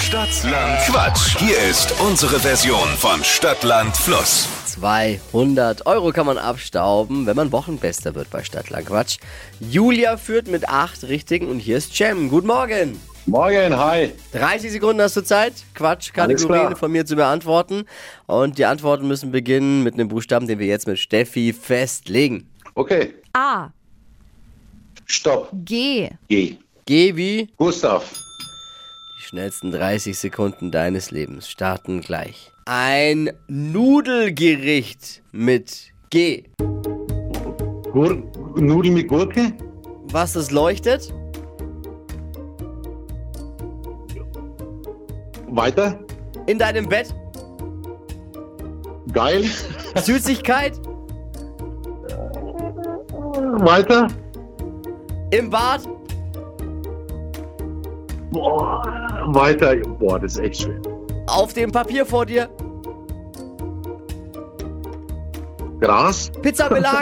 Stadtland Quatsch. Hier ist unsere Version von Stadtland Fluss. 200 € kann man abstauben, wenn man Wochenbester wird bei Stadtland Quatsch. Julia führt mit 8 Richtigen und hier ist Cem. Guten Morgen. Morgen, hi. 30 Sekunden hast du Zeit, Quatsch-Kategorien von mir zu beantworten. Und die Antworten müssen beginnen mit einem Buchstaben, den wir jetzt mit Steffi festlegen. Okay, A. stopp. G. G. G wie Gustav. die schnellsten 30 Sekunden deines Lebens starten gleich. Ein Nudelgericht mit G. Nudeln mit Gurke. Was es leuchtet? Weiter. In deinem Bett? Geil. Süßigkeit? Weiter. Im Bad? Boah, weiter. Boah, das ist echt schwer. Auf dem Papier vor dir? Gras. Pizzabelag?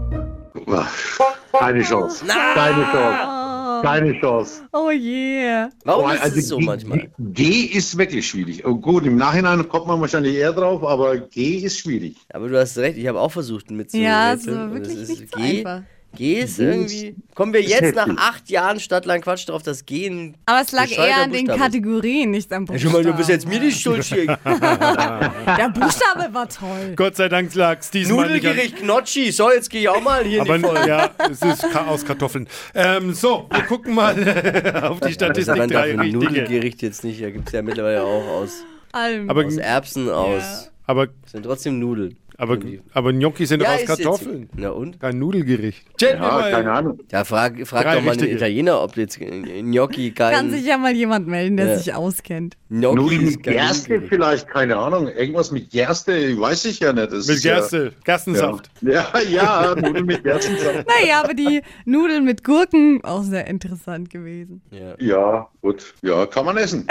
Keine Chance. Keine Chance. Keine Chance. Oh je. Warum Boah, ist es so manchmal? G ist wirklich schwierig. Oh, gut, im Nachhinein kommt man wahrscheinlich eher drauf, aber G ist schwierig. Aber du hast recht, ich habe auch versucht mitzurätseln. Ja, es war Und wirklich es nicht so G. einfach. G ist irgendwie... Kommen wir jetzt nach heftig. 8 Jahren Stadtland Quatsch drauf, dass G ein Aber es lag bescheuerter eher an den Buchstabe ist. Kategorien, nicht am Ja, Buchstaben. schon mal, du bist jetzt mir die Schuld hier. Der Buchstabe war toll. Gott sei Dank lag's diesmal nicht an- Nudelgericht Gnocchi. So, jetzt gehe ich auch mal hier Aber in die Folge. ja, es ist aus Kartoffeln. So, wir gucken mal auf die Das Statistik. rennt 3 dafür ein richtige. Nudelgericht jetzt nicht. Da gibt es ja mittlerweile auch aus Aber, Erbsen, aus... aber, Sind trotzdem Nudeln. aber Gnocchi sind doch aus ist jetzt- Kartoffeln. Na und? Kein Nudelgericht. Ja, keine Ahnung. Ja, frag Drei doch mal einen richtige. Italiener, ob jetzt Gnocchi Kann kein... sich ja mal jemand melden, der Ja. sich auskennt. Gnocchi Nudeln ist mit kein Gerste Nudelgericht. vielleicht, keine Ahnung. Irgendwas mit Gerste, weiß ich ja nicht. Das Mit ist ja- Gerste, Gerstensaft. Ja, Nudeln mit Gerstensaft. Naja, aber die Nudeln mit Gurken, auch sehr interessant gewesen. Ja. Ja, gut. Ja, kann man essen.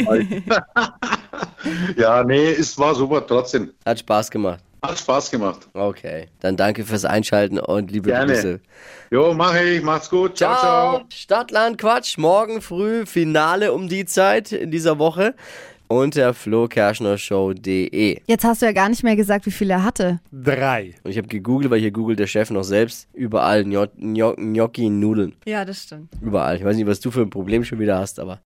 Ja, nee, es war super trotzdem. Hat Spaß gemacht. Hat Spaß gemacht. Okay, dann danke fürs Einschalten und liebe Gerne. Grüße. Jo, mach ich. Macht's gut. Ciao, ciao. Stadtland Quatsch, morgen früh Finale um die Zeit in dieser Woche unter flokerschnershow.de. Jetzt hast du ja gar nicht mehr gesagt, wie viel er hatte. 3. Und ich habe gegoogelt, weil hier googelt der Chef noch selbst, überall Gnocchi-Nudeln. Ja, das stimmt. Überall. Ich weiß nicht, was du für ein Problem schon wieder hast, aber